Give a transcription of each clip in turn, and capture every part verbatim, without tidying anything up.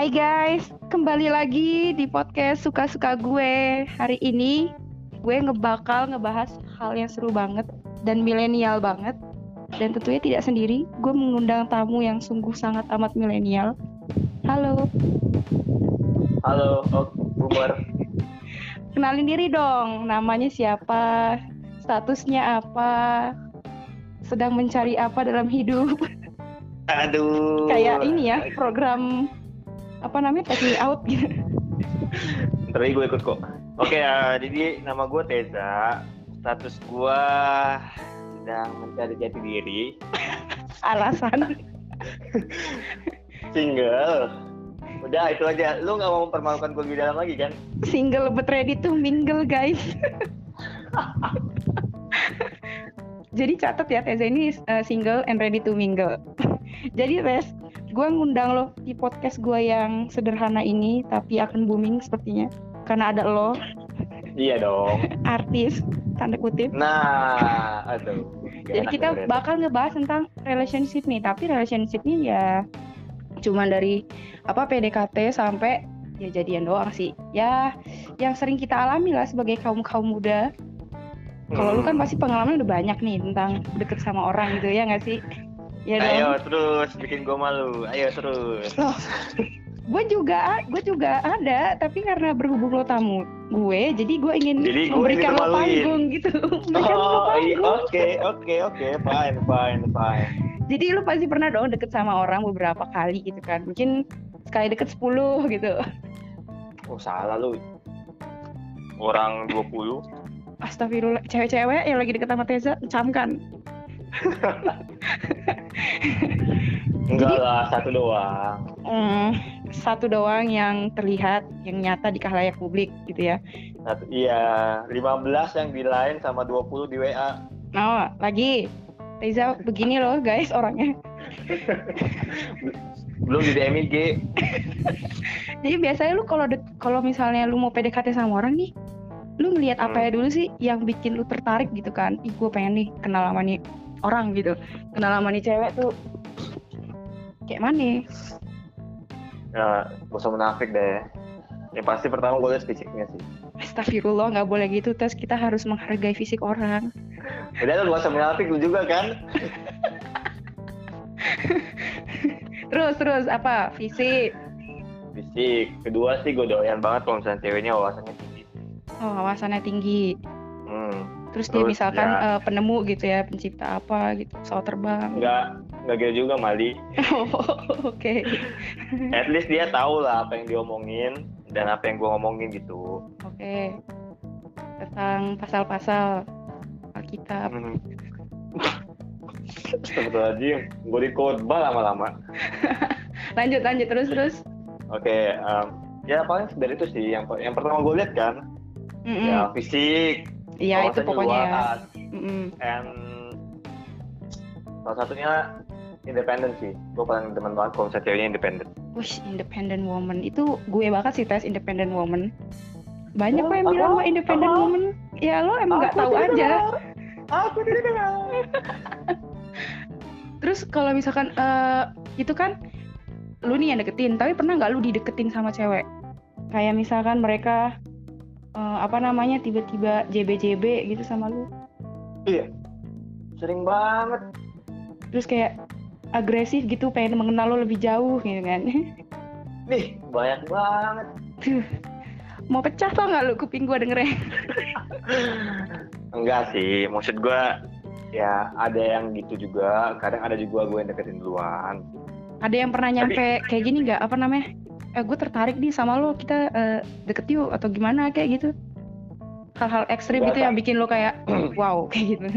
Hai guys, kembali lagi di podcast Suka-Suka Gue. Hari ini gue ngebakal ngebahas hal yang seru banget dan milenial banget. Dan tentunya tidak sendiri, gue mengundang tamu yang sungguh sangat amat milenial. Halo. Halo, oh, Boomer. Kenalin diri dong, namanya siapa, statusnya apa, sedang mencari apa dalam hidup. Aduh. Kayak ini ya, program apa namanya, take me out gitu. Ntar lagi gue ikut kok. Oke ya, jadi nama gue Teza. Status gue sedang mencari jati diri. Alasan? Single. Udah itu aja. Lu nggak mau mempermalukan gue lebih dalam lagi kan? Single but ready to mingle guys. Jadi catat ya, Teza ini uh, single and ready to mingle. Jadi Res, gue ngundang lo di podcast gue yang sederhana ini, tapi akan booming sepertinya karena ada lo. Iya dong. Artis tanda kutip. Nah, aduh. Jadi kita bener. bakal ngebahas tentang relationship nih, tapi relationshipnya ya cuma dari apa P D K T sampai ya jadian doang sih. Ya yang sering kita alami lah sebagai kaum kaum muda. Kalau hmm. lu kan pasti pengalaman udah banyak nih tentang deket sama orang gitu ya nggak sih? Ya dong. Ayo terus bikin gue malu. Ayo terus. Loh, gue juga, gue juga ada, tapi karena berhubung lo tamu gue, jadi gue ingin jadi memberikan lo panggung gitu. Oh iya, oke oke oke, fine fine fine. Jadi lu pasti pernah dong deket sama orang beberapa kali gitu kan? Mungkin sekali deket sepuluh gitu. Oh salah lu. Orang dua puluh. Astagfirullah, cewek-cewek yang lagi deket sama Teza, camkan. Enggak Jadi, lah, satu doang. Mm, satu doang yang terlihat, yang nyata di khalayak publik gitu ya. Satu, iya, lima belas yang di line sama dua puluh di W A. Oh, lagi. Teza begini loh guys orangnya. Belum di D M I G. Jadi biasanya lu kalau de- kalau misalnya lu mau P D K T sama orang nih, lu ngelihat apa ya dulu sih yang bikin lu tertarik gitu kan? Ih, gue pengen nih kenal sama nih orang gitu. Kenal sama nih cewek tuh kayak mana? Ya, gak usah munafik deh. Yang pasti pertama gue liat fisiknya sih. Astagfirullah, gak boleh gitu. Tes kita harus menghargai fisik orang. Udah lu gak usah munafik lu juga kan? Terus, terus apa? Fisik? Fisik. Kedua sih gue doyan banget kalau misalnya ceweknya wawasannya tinggi. Oh, wawasannya tinggi. Hmm. Terus, Terus dia misalkan ya, uh, penemu gitu ya, pencipta apa gitu, pesawat terbang. Enggak, enggak gitu juga Mali. Oh, oke. Okay. At least dia tahu lah apa yang diomongin dan apa yang gue ngomongin gitu. Oke. Okay. Tentang pasal-pasal Alkitab. Hmm. Astagfirullahaladzim, gue di khotbah lama-lama. lanjut, lanjut terus terus. Oke, okay, um, ya paling dari itu sih yang yang pertama gue lihat kan, mm-mm. ya fisik. Iya itu pokoknya luas, ya. And salah satunya independen sih. Gue paling demen banget kalau misalnya ceweknya independen. Wih, independent woman itu gue banget sih tes independent woman. Banyak kok oh, yang bilang gue independent oh, woman. Ya lo emang nggak tahu aja. Aku tidak dengar. Terus kalau misalkan uh, itu kan lu nih yang deketin, tapi pernah nggak lu dideketin sama cewek? Kayak misalkan mereka uh, apa namanya tiba-tiba J B J B gitu sama lu? Iya, sering banget. Terus kayak agresif gitu, pengen mengenal lu lebih jauh gitu kan? Nih, banyak banget. Mau pecah tau nggak lu kuping gue dengernya? Enggak sih, maksud gue ya ada yang gitu juga. Kadang ada juga gue yang deketin duluan. Ada yang pernah nyampe Tapi, kayak gini nggak? Apa namanya? Eh, gue tertarik nih sama lo, kita uh, deket yuk atau gimana kayak gitu? Hal-hal ekstrim gitu yang bikin lo kayak wow kayak gitu.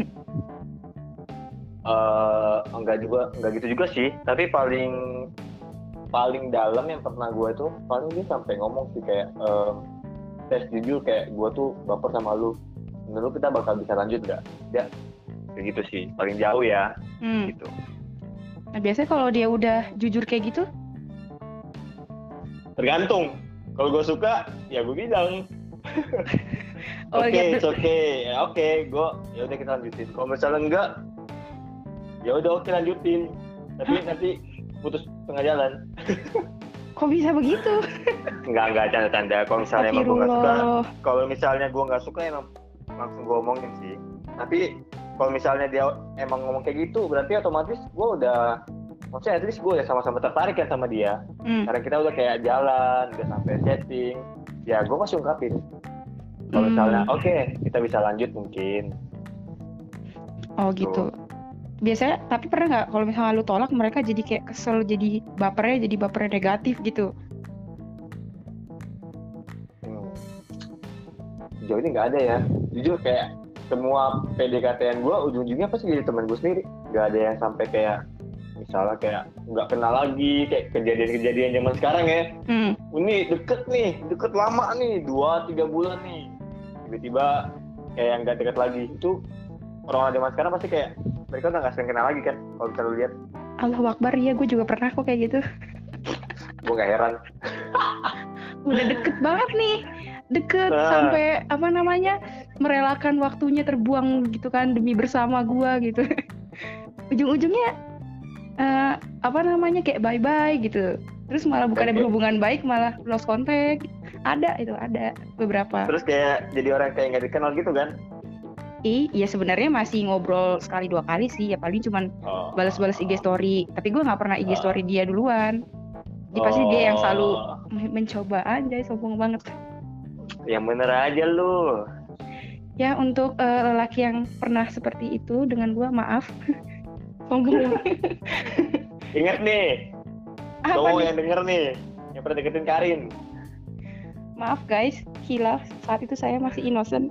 Uh, enggak juga, enggak gitu juga sih. Tapi paling paling dalam yang pernah gue tuh paling dia sampai ngomong sih kayak uh, tes jujur kayak gue tuh baper sama lu. Menurut kita bakal bisa lanjut nggak? Ya kayak gitu sih. Paling jauh ya. Hmm. Gitu. Nah biasanya kalau dia udah jujur kayak gitu? Tergantung. Kalau gue suka, ya gue bilang. oh, Oke, okay, oke, okay. ya oke, okay. gue ya udah kita lanjutin. Kalau misalnya enggak, ya udah oke okay, lanjutin. Tapi nanti putus tengah jalan. Kok bisa begitu? Enggak, enggak, canda-canda. Kalau misalnya emang gue nggak suka, Astagfirullah. kalau misalnya gue nggak suka emang langsung gue omongin sih. Tapi kalau misalnya dia emang ngomong kayak gitu, berarti otomatis gue udah, maksudnya at least gue udah sama-sama tertarik kan sama dia. Hmm. Karena kita udah kayak jalan, udah sampai setting. Ya gue masih ungkapin. Kalau Hmm. misalnya, oke, okay, kita bisa lanjut mungkin. Oh gitu. Biasanya, tapi pernah nggak kalau misalnya lu tolak mereka jadi kayak kesel, jadi bapernya jadi bapernya negatif gitu? Hmm. Sejauh ini nggak ada ya. Jujur kayak semua P D K T-an gue ujung-ujungnya pasti jadi teman gue sendiri. Nggak ada yang sampai kayak misalnya kayak nggak kenal lagi, kayak kejadian-kejadian zaman sekarang ya. Hmm. Ini deket nih, deket lama nih, dua tiga bulan nih. Tiba-tiba kayak nggak deket lagi. Itu orang zaman sekarang pasti kayak mereka udah nggak sering kenal lagi kan, kalau bisa lu lihat. Allahu Akbar, ya gue juga pernah kok kayak gitu. Gue nggak heran. Udah deket banget nih, deket Nah. sampai apa namanya merelakan waktunya terbuang gitu kan demi bersama gue gitu. Ujung-ujungnya uh, apa namanya kayak bye bye gitu. Terus malah bukannya Oke. berhubungan baik malah lost contact. Ada itu ada beberapa. Terus kayak jadi orang kayak nggak dikenal gitu kan? I, ya sebenarnya masih ngobrol sekali dua kali sih, ya paling cuman Oh. balas-balas I G story. Tapi gue nggak pernah I G story dia duluan. Jadi pasti dia yang selalu men- mencoba aja, sombong banget. Yang bener aja lu. Ya untuk uh, lelaki yang pernah seperti itu dengan gue, maaf. Sombong. Ingat nih, Apa cowok nih? yang denger nih, yang pernah deketin Karin. Maaf guys, hilaf. Saat itu saya masih innocent.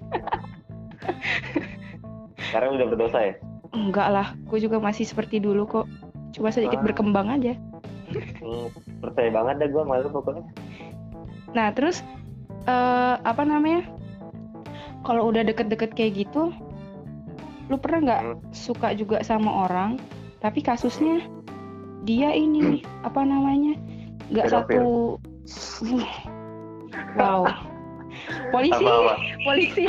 Sekarang udah berdosa ya? Enggak lah, gue juga masih seperti dulu kok. Coba sedikit Wah. berkembang aja. Hmm, percaya banget dah gue sama lu pokoknya. Nah terus uh, apa namanya? Kalau udah deket-deket kayak gitu, lu pernah nggak Hmm. suka juga sama orang, tapi kasusnya dia ini apa namanya? Nggak Pedofil. satu. Wow. Polisi, Apa-apa? polisi.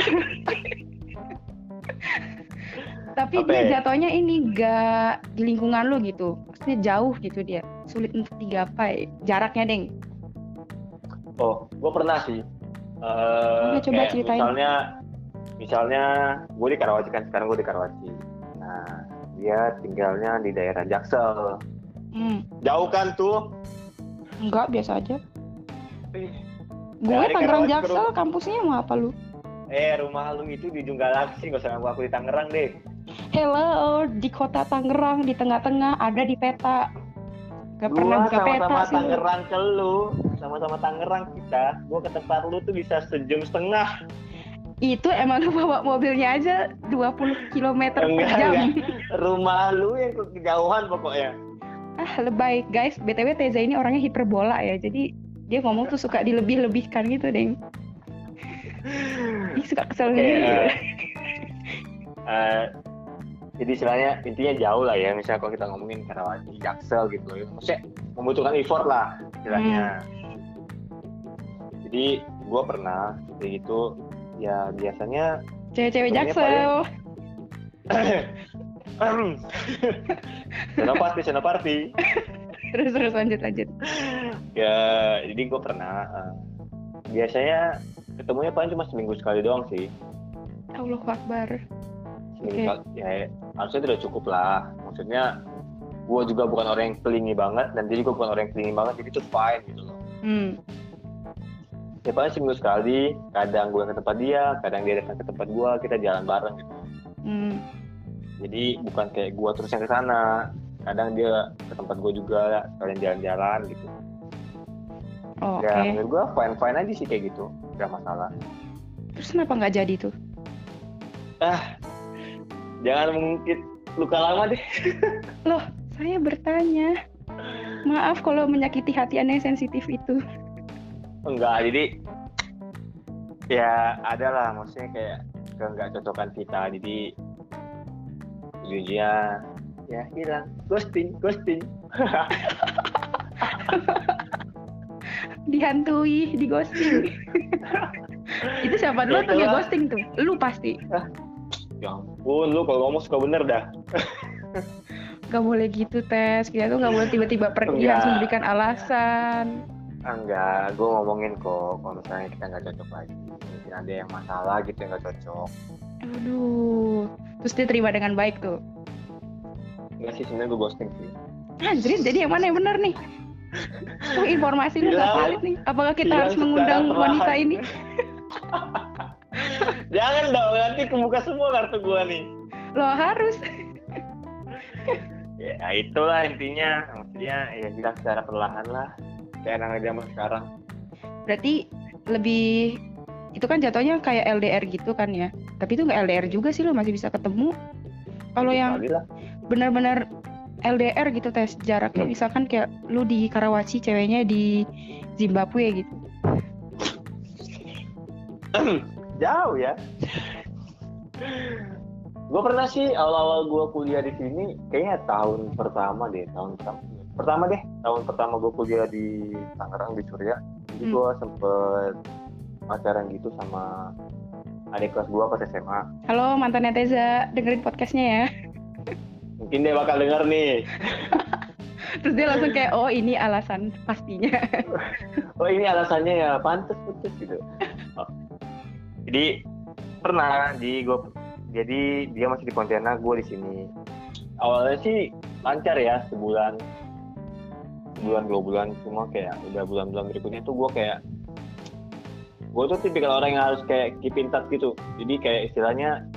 Tapi Apa dia ya? jatuhnya ini gak di lingkungan lu gitu. Maksudnya jauh gitu dia. Sulit untuk digapai. Jaraknya, Deng. Oh, gue pernah sih. Uh, Oke, coba kayak ceritain. Misalnya, misalnya gue di Karawaci kan, sekarang gue di Karawaci. Nah, dia tinggalnya di daerah Jaksel. Hmm. Jauh kan tuh? Enggak, biasa aja. Ih, Gue dari Tangerang Karawaci ke Jaksel, rumah- kampusnya mau apa lu? Eh, rumah lu itu di ujung galaksi, gak usah ngaku aku di Tangerang deh. Hello, di kota Tangerang, di tengah-tengah, ada di peta. Gak pernah Gua buka peta sama-sama sih. lu. Tangerang ke lu, sama-sama Tangerang kita. Gua ke tempat lu tuh bisa sejam setengah. Itu emang lu bawa mobilnya aja dua puluh kilometer per Enggak, jam. enggak. Rumah lu yang kejauhan pokoknya. Ah, lebay. Guys, B T W Teza ini orangnya hiperbola ya. Jadi dia ngomong tuh suka dilebih-lebihkan gitu, Deng. Ih, suka kesel Oke, sendiri. eh, eh, jadi istilahnya intinya jauh lah ya. Misalnya kalau kita ngomongin Karawaci, Jaksel gitu loh. Maksudnya membutuhkan effort lah istilahnya. Jadi gua pernah kayak gitu. Ya biasanya Cewek-cewek Sebenarnya Jaksel. Senopati, Senopati. Terus terus lanjut lanjut. Ya, jadi gue pernah. Uh, biasanya ketemunya paling cuma seminggu sekali doang sih. Allahu Akbar. Seminggu Oke. sekali. Ya, harusnya itu udah cukup lah. Maksudnya, gue juga bukan orang yang kelingi banget, dan dia juga bukan orang yang kelingi banget, jadi itu fine gitu loh. Hmm. Ya paling seminggu sekali. Kadang gue ke tempat dia, kadang dia datang ke tempat gue, kita jalan bareng gitu. Hmm. Jadi bukan kayak gue terus yang ke sana. Kadang dia ke tempat gue juga, sekalian jalan-jalan gitu. Oh, Ya oke. menurut gue fine-fine aja sih kayak gitu, gak masalah. Terus kenapa nggak jadi tuh? Ah, jangan mengungkit luka lama deh. Loh, saya bertanya. Maaf kalau menyakiti hati Anda yang sensitif itu. Enggak, jadi ya ada lah, maksudnya kayak ke nggak cocokan kita, jadi ujungnya ya hilang, ghosting, ghosting. Dihantui, di ghosting. Itu siapa dulu Ya, tuh ya itulah. ghosting tuh? Lu pasti. Ya ampun, lu kalau ngomong suka bener dah. Gak boleh gitu tes, kita tuh gak boleh tiba-tiba pergi Enggak. harus memberikan alasan. Enggak, gue ngomongin kok kalau misalnya kita nggak cocok lagi, mungkin ada yang masalah gitu yang nggak cocok. Aduh, terus dia terima dengan baik tuh. Enggak sih, sebenarnya gue ghosting sih. Anjir, jadi yang mana yang benar nih? Oh, informasi lu gak valid nih. Apakah kita Hilang harus mengundang secara wanita perlahan. ini? Jangan dong, nanti kebuka semua kartu gue nih. Loh harus. Ya itulah intinya, maksudnya ya hilang secara perlahan lah, kayak anak zaman sekarang. Berarti lebih itu kan jatuhnya kayak L D R gitu kan ya. Tapi itu nggak L D R juga sih, lo masih bisa ketemu. Kalau yang Kali lah. benar-benar L D R gitu tes jaraknya, misalkan kayak lu di Karawaci, ceweknya di Zimbabwe gitu. Jauh ya. Gue pernah sih awal-awal gue kuliah di sini, kayaknya tahun pertama deh, tahun pertama, pertama deh, tahun pertama gue kuliah di Tangerang di Surya. Jadi Hmm. gue sempet pacaran gitu sama adik kelas gue pas S M A. Halo mantannya Teza, dengerin podcastnya ya. Mungkin dia bakal denger nih. Terus dia langsung kayak, oh ini alasan pastinya. Oh ini alasannya ya, pantes putus gitu. Oh. Jadi pernah di gue, jadi dia masih di Pontianak, gue di sini. Awalnya sih lancar ya, sebulan, sebulan dua bulan, cuma kayak udah bulan-bulan berikutnya tuh gue kayak, gue tuh tipikal orang yang harus kayak keep in touch gitu. Jadi kayak istilahnya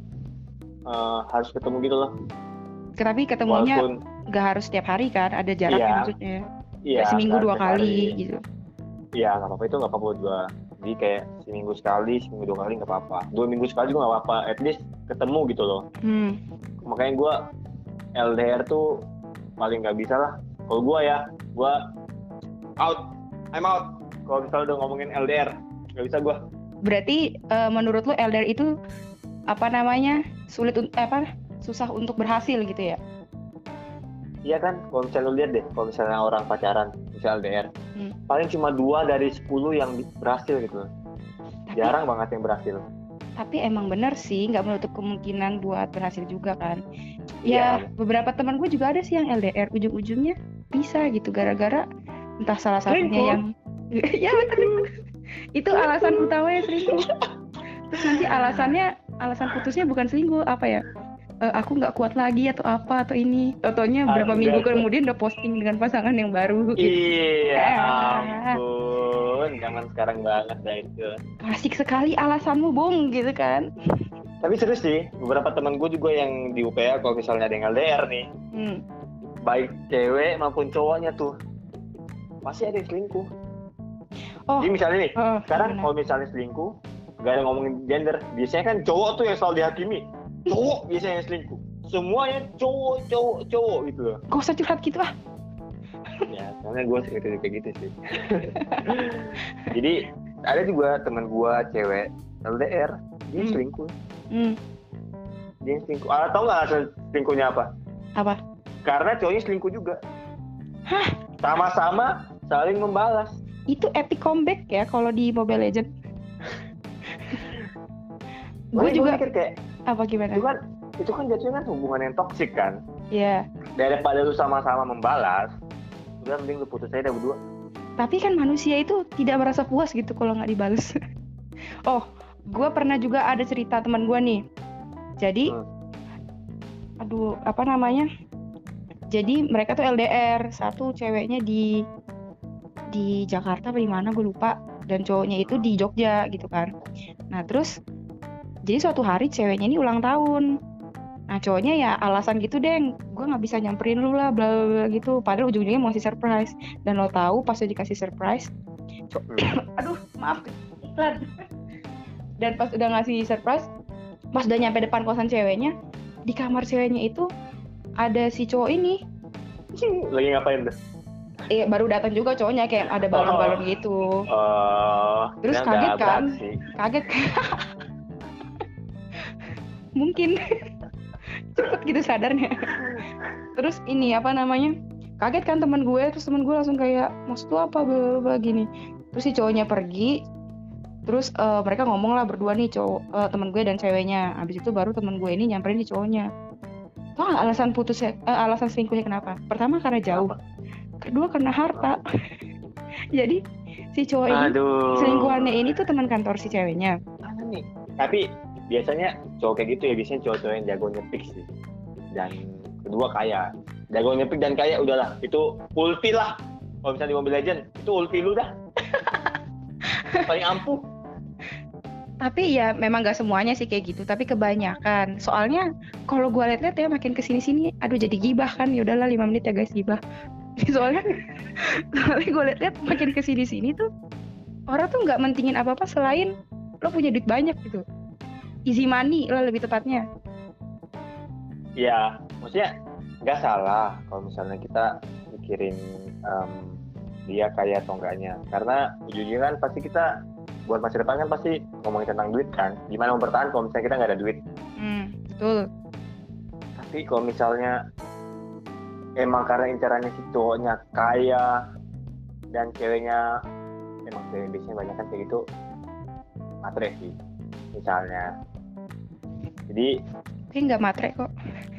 uh, harus ketemu gitu loh. Tapi ketemunya Walaupun nggak harus setiap hari kan, ada jaraknya Iya. maksudnya. iya, Kayak seminggu nggak dua setiap kali hari. gitu. Iya nggak apa-apa, itu nggak apa-apa buat gue. Jadi kayak seminggu sekali, seminggu dua kali nggak apa-apa. Dua minggu sekali juga nggak apa-apa. At least ketemu gitu loh. Hmm. Makanya gue L D R tuh paling nggak bisa lah. Kalau gue ya, gue out, I'm out. Kalau misalnya udah ngomongin L D R, nggak bisa gue. Berarti uh, menurut lu L D R itu apa namanya sulit un- apa susah untuk berhasil gitu ya? Iya kan, kalau misalnya lu lihat deh, kalau misalnya orang pacaran, misalnya L D R, Hmm. paling cuma dua dari sepuluh yang berhasil gitu. Tapi, Jarang banget yang berhasil. tapi emang bener sih, nggak menutup kemungkinan buat berhasil juga kan. Iya. Ya beberapa teman gue juga ada sih yang L D R, ujung-ujungnya bisa gitu gara-gara entah salah satunya Selingkuh. yang ya betul. Itu alasan utamanya selingkuh. Terus nanti alasannya alasan putusnya bukan selingkuh, apa ya? Eh, aku nggak kuat lagi atau apa atau ini. Totonya berapa Ah, minggu enggak. kemudian udah posting dengan pasangan yang baru gitu. Iya, Ah. ampun, jangan sekarang banget dah itu. Klasik sekali alasanmu, Bung, gitu kan. Tapi serius sih, beberapa teman gue juga yang di U P A kalau misalnya ada yang L D R nih, Hmm. baik cewek maupun cowoknya tuh, pasti ada yang selingkuh. Oh, Jadi misalnya nih, oh, sekarang gimana? kalau misalnya selingkuh, gak ada ngomongin gender, biasanya kan cowok tuh yang selalu dihakimi. Cowok biasanya yang selingkuh. Semuanya cowok, cowok, cowok gitu loh. Gak usah curhat gitu ah. Ya, soalnya gue sering kayak gitu sih. Jadi ada juga teman gue cewek L D R, dia Hmm. selingkuh. Hmm. Dia selingkuh. Ah, tau nggak alasan selingkuhnya apa? Apa? Karena cowoknya selingkuh juga. Hah? Sama-sama saling membalas. Itu epic comeback ya kalau di Mobile Legends. Gue Makanya juga mikir kayak apa gimana? itu kan itu kan jatuhnya kan hubungan yang toksik kan. Ya. Daripada lu sama-sama membalas, udah mending lu putus aja dah berdua. Tapi kan manusia itu tidak merasa puas gitu kalau nggak dibales. Oh, gue pernah juga ada cerita teman gue nih. Jadi, Hmm. aduh, apa namanya? Jadi mereka tuh L D R, satu ceweknya di di Jakarta apa di mana gue lupa, dan cowoknya itu di Jogja gitu kan. Nah terus, jadi suatu hari ceweknya ini ulang tahun. Nah cowoknya ya alasan gitu deh, gue nggak bisa nyamperin lu lah, bla bla bla gitu. Padahal ujung-ujungnya mau ngasih surprise. Dan lo tahu pas udah dikasih surprise, co- aduh maaf, iklan. Dan pas udah ngasih surprise, pas udah nyampe depan kosan ceweknya, di kamar ceweknya itu ada si cowok ini. Lagi ngapain tuh? Eh baru datang juga cowoknya, kayak ada balon-balon gitu. Oh, Terus kira kaget nggak kan? beraksi. Kaget mungkin cepet gitu sadarnya. Terus ini apa namanya, kaget kan teman gue. Terus teman gue langsung kayak, maksud lu apa, bla bla bla gini. Terus si cowoknya pergi. Terus uh, mereka ngomong lah berdua nih, cowok uh, teman gue dan ceweknya. Habis itu baru teman gue ini nyamperin si cowoknya. Tau nggak alasan putusnya, eh, alasan selingkuhnya kenapa? Pertama karena jauh, Kenapa? kedua karena harta. Jadi si cowok ini, Aduh. selingkuhannya ini tuh teman kantor si ceweknya. Mana nih? Tapi biasanya cowok kayak gitu ya, biasanya cowok-cowok yang jago nyepik sih. Dan kedua kaya. Jago nyepik dan kaya udahlah, itu ulti lah. Kalau misalnya di Mobile Legends, itu ulti lu dah. Paling ampuh. Tapi ya memang gak semuanya sih kayak gitu, tapi kebanyakan. Soalnya kalau gue liat-liat ya makin kesini-sini, aduh jadi gibah kan, ya udahlah lima menit ya guys gibah. Soalnya, soalnya gue liat-liat makin kesini-sini tuh orang tuh nggak mentingin apa-apa selain lo punya duit banyak gitu. Easy money lah lebih tepatnya. Iya, maksudnya nggak salah kalau misalnya kita mikirin um, dia kaya atau enggaknya. Karena ujungnya kan pasti kita buat masa depan kan pasti ngomongin tentang duit kan. Gimana mau bertahan kalau misalnya kita nggak ada duit? Hmm, betul. Tapi kalau misalnya emang karena incarannya si cowoknya kaya dan ceweknya emang cewek biasanya banyak kan kayak gitu, matre sih misalnya. Jadi Tapi nggak matre kok.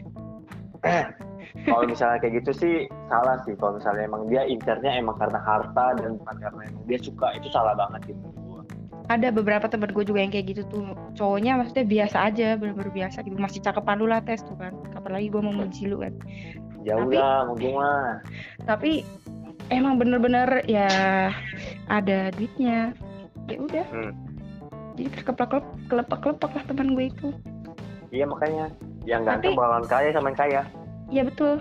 kalau misalnya kayak gitu sih salah sih. Kalau misalnya emang dia incarnya emang karena harta dan bukan karena emang dia suka, itu salah banget gitu. Ada beberapa temen gue juga yang kayak gitu tuh, cowoknya maksudnya biasa aja, bener-bener biasa gitu, masih cakepan lu lah tes tuh kan, kapan lagi gue mau muji lu kan. Jauh Tapi- lah mungkin mah. Tapi emang bener-bener ya ada duitnya, ya udah. Hmm. Jadi terkeplak kelepak-kelepak lah teman gue itu. Iya makanya yang Tapi- ganteng bakalan kaya sama yang kaya. Iya betul.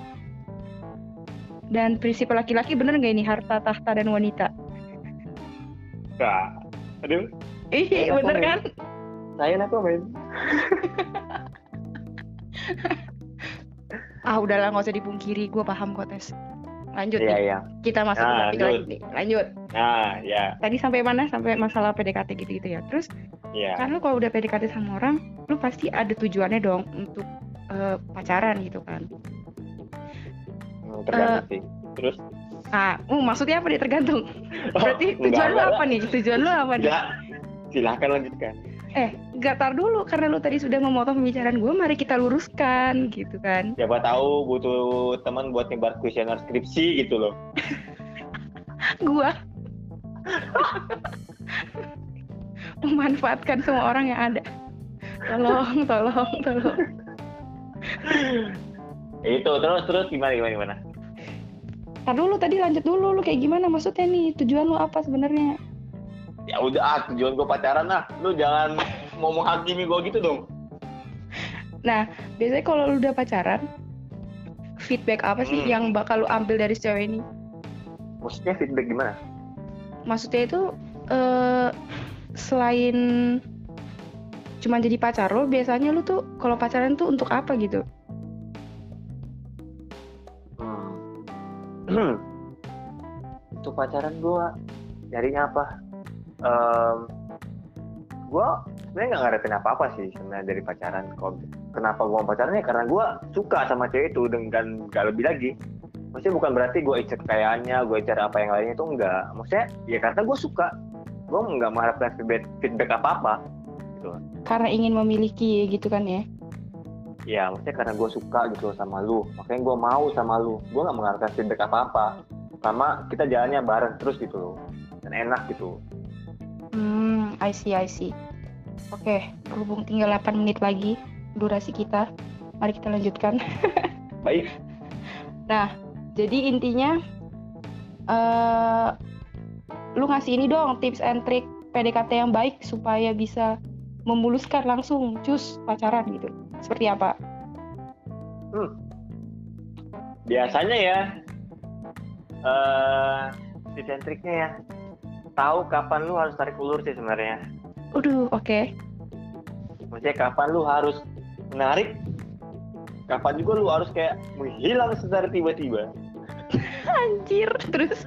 Dan prinsip laki-laki bener nggak ini, harta, tahta, dan wanita? Enggak. Aduh, Ih, Enak bener banget. kan? saya nak komen. Ah udahlah, nggak usah dipungkiri, gue paham kok tes. Lanjut Iya nih, iya. kita masuk ke Nah, topik lanjut. lagi nih. Lanjut. Nah, ya, Tadi sampai mana? Sampai masalah P D K T gitu-gitu ya. Terus iya. kan lu kalau udah P D K T sama orang, lu pasti ada tujuannya dong untuk eh, pacaran gitu kan. Hmm, tergantung sih. Terus Ah, uh, maksudnya apa nih, tergantung. Oh, Berarti enggak, tujuan lu enggak. apa nih? Tujuan lu apa nih? Enggak. Silahkan lanjutkan. Eh, gak tar dulu, karena lu tadi sudah memotong pembicaraan gue, mari kita luruskan gitu kan. Siapa tahu butuh teman buat nyebar kuesioner skripsi gitu loh. Gua memanfaatkan semua orang yang ada. Tolong, tolong, tolong. Itu terus terus gimana gimana gimana? Tar dulu, tadi lanjut dulu, lu kayak gimana maksudnya nih? Tujuan lu apa sebenarnya? Ya udah, ah, tujuan gue pacaran lah. Lu jangan mau menghakimi gue gitu dong. Nah, biasanya kalau lu udah pacaran, feedback apa sih Hmm. yang bakal lu ambil dari cewek ini? Maksudnya feedback gimana? Maksudnya itu eh, selain cuma jadi pacar lo, biasanya lu tuh kalau pacaran tuh untuk apa gitu? Hmm. Untuk pacaran gue nyarinya apa? Um, gue sebenarnya nggak ngarepin apa-apa sih sebenarnya dari pacaran. Kalau kenapa gue mau pacaran ya karena gue suka sama cewek itu dengan gak lebih lagi. Maksudnya bukan berarti gue incer kekayaannya, gue incer apa yang lainnya itu enggak. Maksudnya ya karena gue suka. Gue nggak mengharapkan feedback, feedback apa-apa. Gitu. Karena ingin memiliki gitu kan ya? Ya maksudnya karena gue suka gitu sama lu. Makanya gue mau sama lu. Gue nggak mengharapkan feedback apa-apa. Sama kita jalannya bareng terus gitu loh. Dan enak gitu. Hmm, I see, I see. Oke, berhubung tinggal delapan menit lagi durasi kita, mari kita lanjutkan. Baik. Nah, jadi intinya eh lu ngasih ini dong tips and trick P D K T yang baik supaya bisa memuluskan langsung cus pacaran gitu. Seperti apa? Hmm. Biasanya ya eh tips and triknya ya tahu kapan lu harus tarik ulur sih sebenarnya. Waduh, oke. Maksudnya kapan lu harus menarik, kapan juga lu harus kayak menghilang secara tiba-tiba. Anjir, terus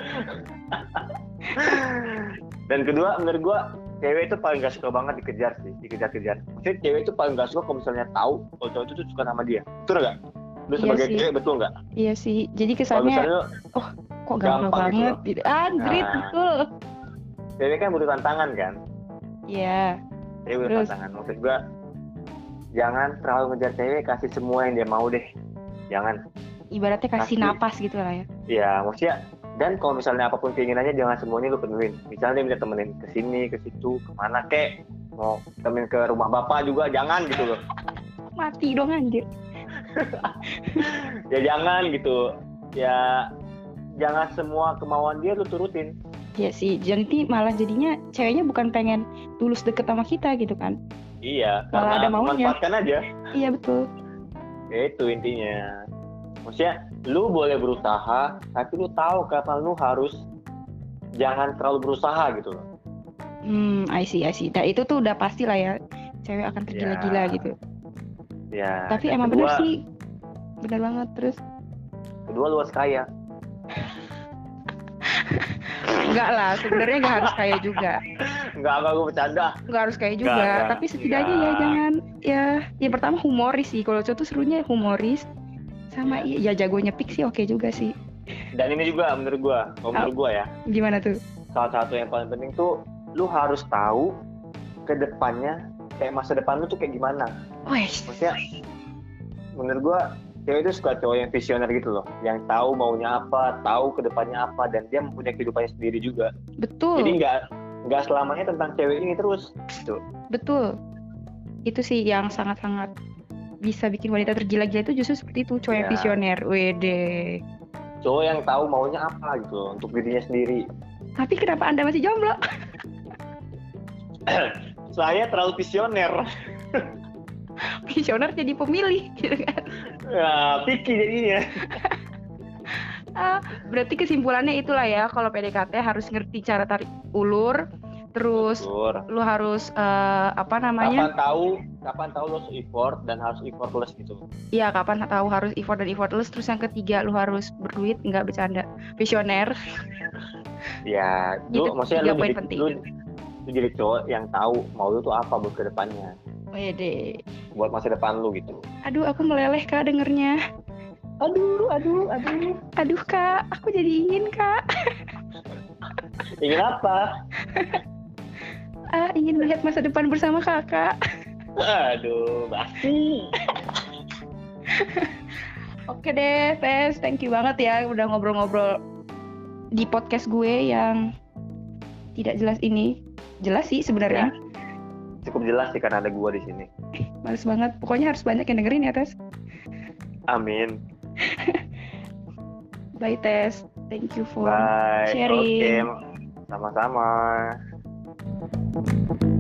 Dan kedua menurut gua cewek itu paling gak suka banget dikejar sih, dikejar-kejar. Maksudnya cewek itu paling gak suka kalau misalnya tahu kalau cowok itu tuh suka sama dia. Betul nggak? Lu Iya sebagai sih. cewek betul nggak? iya sih. Jadi Kalau kesannya misalnya kok gampang, gampang gitu banget gitu. Anjir, Nah. betul. cewek kan butuh tantangan kan? Iya. Cewek butuh Terus? tantangan. Maksud gua jangan terlalu ngejar cewek, kasih semua yang dia mau deh. Jangan. Ibaratnya kasih Kasih. napas gitu lah ya. Ya, maksudnya, dan kalau misalnya apapun keinginannya, jangan semuanya lu penuhin. Misalnya dia minta temenin ke sini, ke situ, kemana kek, mau temenin ke rumah bapak juga, jangan gitu loh. Mati dong anjir. Ya jangan gitu. Ya, jangan semua kemauan dia lu turutin. Ya sih, jadi malah jadinya ceweknya bukan pengen tulus deket sama kita gitu kan. Iya, Malah karena ada maunya. memanfaatkan aja. Iya betul. Ya itu intinya. Maksudnya, lu boleh berusaha, tapi lu tahu kapan lu harus jangan terlalu berusaha gitu loh. Hmm, I see, I see. Nah itu tuh udah pasti lah ya, cewek akan tergila-gila Ya. gitu. Ya. Tapi yang emang kedua, bener sih, bener banget. Terus kedua lu harus kaya. enggak lah, sebenarnya nggak harus kaya juga, Enggak, enggak, gue bercanda. nggak harus kaya juga. Nggak, nggak, Tapi setidaknya nggak. ya jangan, ya, yang pertama humoris sih. Kalau cowok tuh serunya humoris, sama ya, ya jagonya pik sih oke juga sih. Dan ini juga menurut gua, kalau menurut gua ya, Gimana tuh? salah satu yang paling penting tuh lu harus tahu ke depannya kayak masa depan lu tuh kayak gimana. Wes, Maksudnya menurut gua cewek itu suka cowok yang visioner gitu loh, yang tahu maunya apa, tahu ke depannya apa, dan dia mempunyai kehidupannya sendiri juga. betul. Jadi nggak nggak selamanya tentang cewek ini terus gitu. Betul. Itu sih yang sangat-sangat bisa bikin wanita tergila-gila itu justru seperti itu, cowok yang Ya. visioner. Wede. Cowok yang tahu maunya apa gitu loh, untuk dirinya sendiri. Tapi kenapa Anda masih jomblo? Saya terlalu visioner. Visioner jadi pemilih gitu kan. Ya, picky jadinya. Ah, berarti kesimpulannya itulah ya, kalau P D K T harus ngerti cara tarik ulur, terus Betul. lu harus eh, apa namanya? Kapan tahu, kapan tahu lo harus effort dan harus effortless gitu. Iya, kapan tahu harus effort dan effortless. Terus yang ketiga lu harus berduit, nggak bercanda. Visioner. Ya, lu Itu maksudnya tiga lu poin jadi, penting. lu, lu jadi cowok yang tahu mau lu tuh apa buat kedepannya, Wede. buat masa depan lu gitu. Aduh, aku meleleh Kak dengernya. Aduh, aduh, aduh. Aduh Kak, aku jadi ingin Kak. Ingin apa? Ah, ingin melihat masa depan bersama Kakak. Aduh, basi. Oke deh, Tes. Thank you banget ya udah ngobrol-ngobrol di podcast gue yang tidak jelas ini. Jelas sih sebenarnya. Cukup jelas sih karena ada gua di sini. Males banget. Pokoknya harus banyak yang dengerin ya, Tes. Amin. Bye, Tes. Thank you for Bye. sharing. Oke, sama-sama.